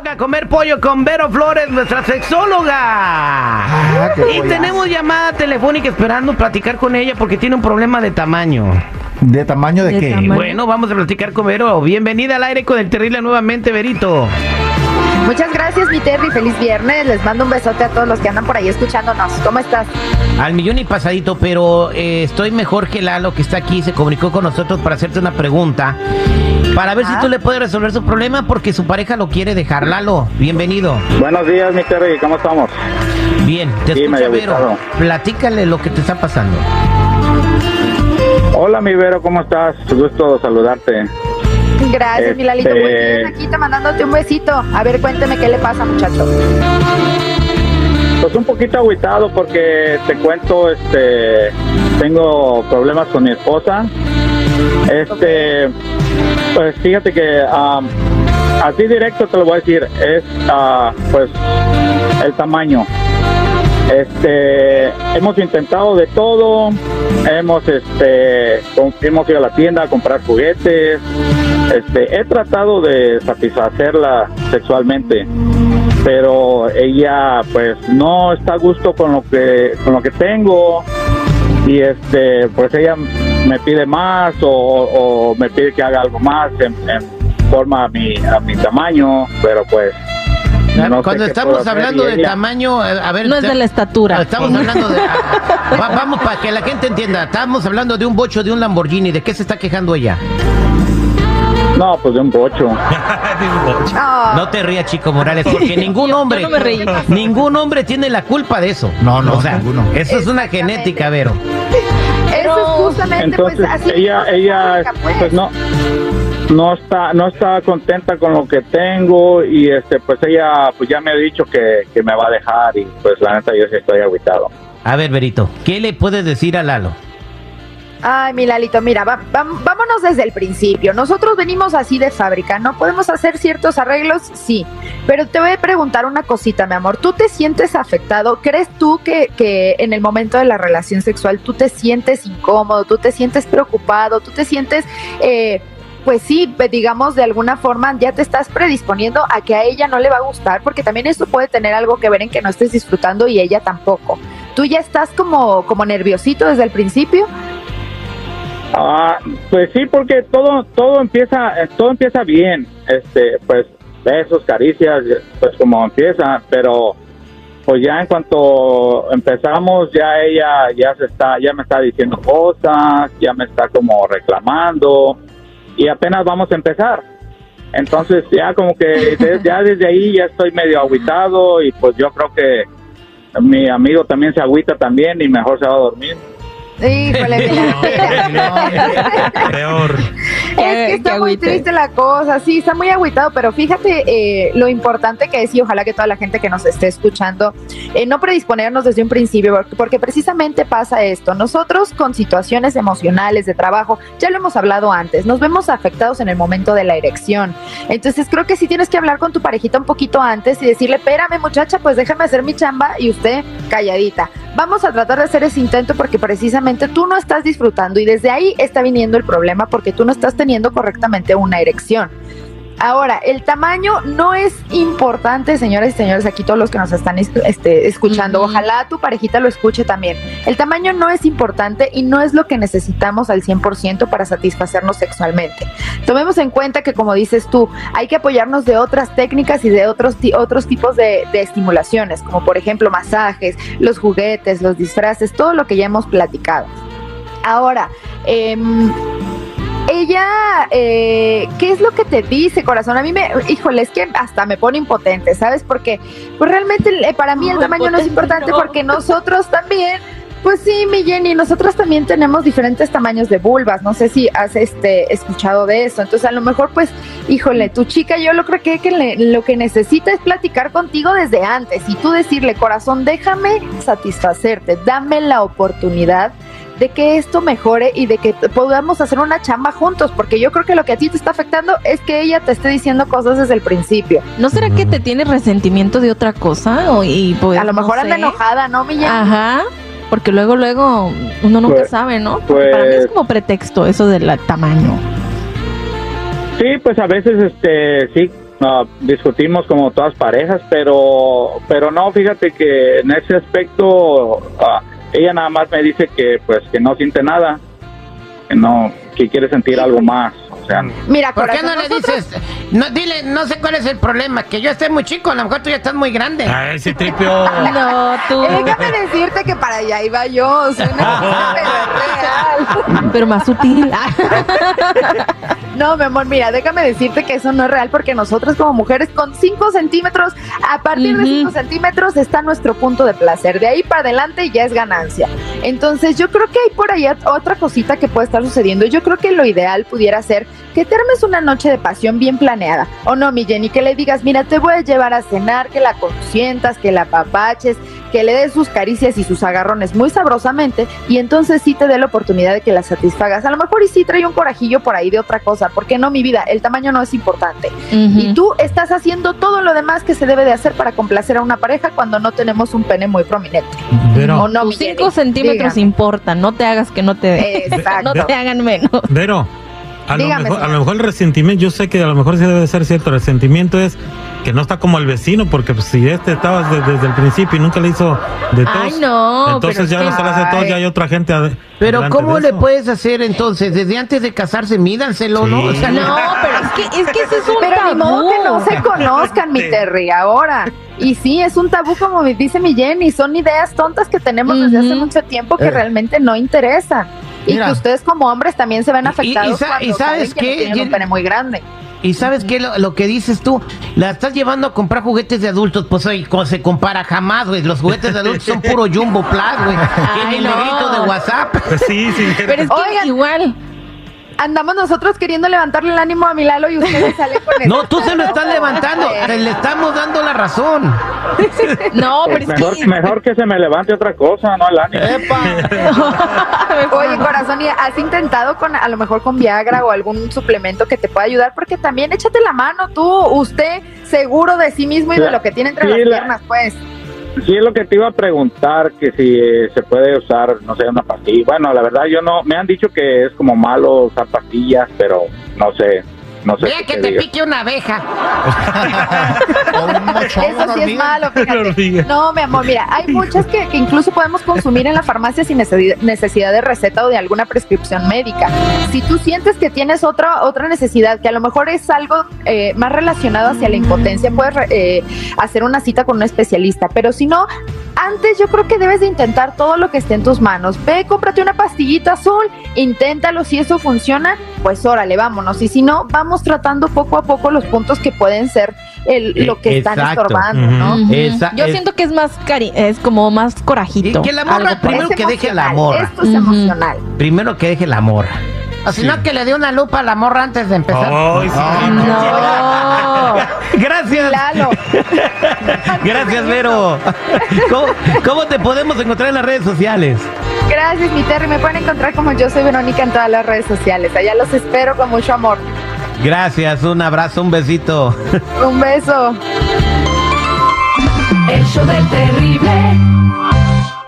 toca comer pollo con Vero Flores, nuestra sexóloga. Y tenemos llamada telefónica esperando platicar con ella porque tiene un problema de tamaño. ¿De tamaño de qué? Tamaño. Bueno, vamos a platicar con Vero. Bienvenida al aire con el terrible nuevamente, Verito. Muchas gracias, mi Terry. Feliz viernes. Les mando un besote a todos los que andan por ahí escuchándonos. ¿Cómo estás? Al millón y pasadito, pero estoy mejor que Lalo, que está aquí. Se comunicó con nosotros para hacerte una pregunta. Para ver si tú le puedes resolver su problema porque su pareja lo quiere dejar. Lalo, bienvenido. Buenos días, mi Terry. ¿Cómo estamos? Bien, te escucha, Vero. Platícale lo que te está pasando. Hola, mi Vero. ¿Cómo estás? Gusto saludarte. Gracias, mi Lalito. Muy bien, aquí te mandándote un besito. A ver, cuénteme qué le pasa, muchacho. Pues un poquito agüitado porque te cuento, tengo problemas con mi esposa. Pues fíjate que así directo te lo voy a decir, es pues el tamaño. Hemos intentado de todo, hemos ido a la tienda a comprar juguetes, he tratado de satisfacerla sexualmente, pero ella pues no está a gusto con lo que tengo y pues ella me pide más o me pide que haga algo más en forma a mi tamaño, pero pues no. Cuando estamos hablando de tamaño, a ver, no es de la estatura. Estamos hablando de vamos para que la gente entienda, estamos hablando de un bocho, de un Lamborghini. ¿De qué se está quejando ella? No, pues de un bocho. No te rías, Chico Morales, porque ningún hombre, yo no me reí. Ningún hombre tiene la culpa de eso. No, o sea, ninguno. Eso es una genética, Vero. Eso es justamente, entonces, pues así. ella pues no está contenta con lo que tengo y pues ella pues ya me ha dicho que me va a dejar y pues la neta yo sí estoy agüitado. A ver, Verito, ¿qué le puedes decir a Lalo? Ay, mi Lalito, mira, vámonos desde el principio. Nosotros venimos así de fábrica, ¿no? ¿Podemos hacer ciertos arreglos? Sí. Pero te voy a preguntar una cosita, mi amor. ¿Tú te sientes afectado? ¿Crees tú que en el momento de la relación sexual tú te sientes incómodo, tú te sientes preocupado, tú te sientes... pues sí, digamos, de alguna forma ya te estás predisponiendo a que a ella no le va a gustar, porque también esto puede tener algo que ver en que no estés disfrutando y ella tampoco. ¿Tú ya estás como nerviosito desde el principio? Pues sí, porque todo empieza bien, pues besos, caricias, pues como empieza, pero pues ya en cuanto empezamos ya ella ya me está diciendo cosas, ya me está como reclamando y apenas vamos a empezar. Entonces ya como que ya desde ahí ya estoy medio agüitado y pues yo creo que mi amigo también se agüita también y mejor se va a dormir. Híjole, Peor. Es que está muy triste la cosa, sí, está muy agüitado, pero fíjate lo importante que es, y ojalá que toda la gente que nos esté escuchando, no predisponernos desde un principio, porque precisamente pasa esto. Nosotros con situaciones emocionales de trabajo, ya lo hemos hablado antes, nos vemos afectados en el momento de la erección. Entonces creo que sí tienes que hablar con tu parejita un poquito antes y decirle, espérame muchacha, pues déjame hacer mi chamba y usted calladita. Vamos a tratar de hacer ese intento porque precisamente tú no estás disfrutando y desde ahí está viniendo el problema porque tú no estás teniendo correctamente una erección. Ahora, el tamaño no es importante, señoras y señores, aquí todos los que nos están escuchando, ojalá tu parejita lo escuche también. El tamaño no es importante y no es lo que necesitamos al 100% para satisfacernos sexualmente. Tomemos en cuenta que, como dices tú, hay que apoyarnos de otras técnicas y de otros tipos de estimulaciones, como por ejemplo masajes, los juguetes, los disfraces, todo lo que ya hemos platicado. Ahora, ella, ¿qué es lo que te dice, corazón? A mí híjole, es que hasta me pone impotente, ¿sabes? Porque pues realmente para mí el tamaño no es importante porque nosotros también, pues sí, mi Jenny, nosotros también tenemos diferentes tamaños de vulvas, no sé si has escuchado de eso, entonces a lo mejor pues, híjole, tu chica yo lo creo que lo que necesita es platicar contigo desde antes y tú decirle, corazón, déjame satisfacerte, dame la oportunidad de que esto mejore y de que podamos hacer una chamba juntos, porque yo creo que lo que a ti te está afectando es que ella te esté diciendo cosas desde el principio. ¿No será que te tiene resentimiento de otra cosa? Pues, a lo mejor anda enojada, ¿no, mi Jenny? Ajá, porque luego uno nunca sabe, ¿no? Porque para mí es como pretexto eso del tamaño. Sí, pues a veces sí, discutimos como todas parejas, pero no, fíjate que en ese aspecto ella nada más me dice que pues que no siente nada, que quiere sentir algo más. O sea, mira, ¿por qué no le dices? No, dile, no sé cuál es el problema, que yo estoy muy chico, a lo mejor tú ya estás muy grande. Ay, sí, Tripio. No, tú. Déjame decirte que para allá iba yo, soy una pero es real. Pero más sutil. No, mi amor, mira, déjame decirte que eso no es real porque nosotros como mujeres con 5 centímetros, a partir de 5 centímetros está nuestro punto de placer. De ahí para adelante ya es ganancia. Entonces yo creo que hay por ahí otra cosita que puede estar sucediendo. Yo creo que lo ideal pudiera ser que te armes una noche de pasión bien planeada. O no, mi Jenny, que le digas, mira, te voy a llevar a cenar, que la consientas, que la apapaches, que le des sus caricias y sus agarrones muy sabrosamente, y entonces sí te dé la oportunidad de que la satisfagas. A lo mejor y sí trae un corajillo por ahí de otra cosa. ¿Por qué no, mi vida? El tamaño no es importante. Y tú estás haciendo todo lo demás que se debe de hacer para complacer a una pareja cuando no tenemos un pene muy prominente. Pero, ¿o no, tus 5 centímetros dígame. Importan, no te hagas que no te hagan menos. Pero a lo mejor el resentimiento, yo sé que a lo mejor sí debe de ser cierto, el resentimiento es que no está como el vecino, porque pues, si estabas desde el principio y nunca le hizo de tos, Ay, no, entonces ya no se le hace tos, ya hay otra gente pero ¿cómo le puedes hacer entonces? Desde antes de casarse, mídanselo, Sí. ¿no? O sea, No, pero es que ese es un Pero tabú. ni modo que no se conozcan, mi Terry, ahora. Y sí, es un tabú, como me dice mi Jenny, son ideas tontas que tenemos desde hace mucho tiempo que realmente no interesan. Y Mira. que ustedes como hombres también se ven afectados y cuando ¿sabes saben que qué? no tienen un pene muy grande. ¿Y sabes qué? Lo que dices tú, la estás llevando a comprar juguetes de adultos, pues oye, se compara jamás, güey. Los juguetes de adultos son puro Jumbo Plus, güey. Ay, El no. negrito de WhatsApp. Pues sí. Pero es que Oigan. igual. Andamos nosotros queriendo levantarle el ánimo a mi Lalo y ustedes salen con eso. No, tú se lo estás levantando, le estamos dando la razón. No, pero es que... mejor que se me levante otra cosa, no el ánimo. Oye, corazón, ¿y has intentado a lo mejor con Viagra o algún suplemento que te pueda ayudar? Porque también échate la mano usted seguro de sí mismo y de lo que tiene entre las piernas, pues. Sí, es lo que te iba a preguntar, que si se puede usar, no sé, una pastilla. Bueno, la verdad yo no, me han dicho que es como malo usar pastillas, pero no sé. Vea que te pique una abeja. Eso sí es malo, fíjate. No, mi amor, mira, hay muchas que incluso podemos consumir en la farmacia sin necesidad de receta o de alguna prescripción médica. Si tú sientes que tienes otra necesidad, que a lo mejor es algo más relacionado hacia la impotencia, puedes hacer una cita con un especialista, pero si no, antes yo creo que debes de intentar todo lo que esté en tus manos. Ve, cómprate una pastillita azul, inténtalo, si eso funciona, pues órale, vámonos, y si no, vamos tratando poco a poco los puntos que pueden ser lo que están estorbando, ¿no? Yo siento que es más es como más corajito. Y que la morra primero que deje la morra. Esto es emocional. Primero que deje la morra. O si no, que le dé una lupa a la morra antes de empezar. Ay, sí. No. Gracias. Lalo. Gracias, Vero. ¿Cómo te podemos encontrar en las redes sociales? Gracias, mi Terry. Me pueden encontrar como Yo Soy Verónica en todas las redes sociales. Allá los espero con mucho amor. Gracias, un abrazo, un besito. Un beso. El show del terrible.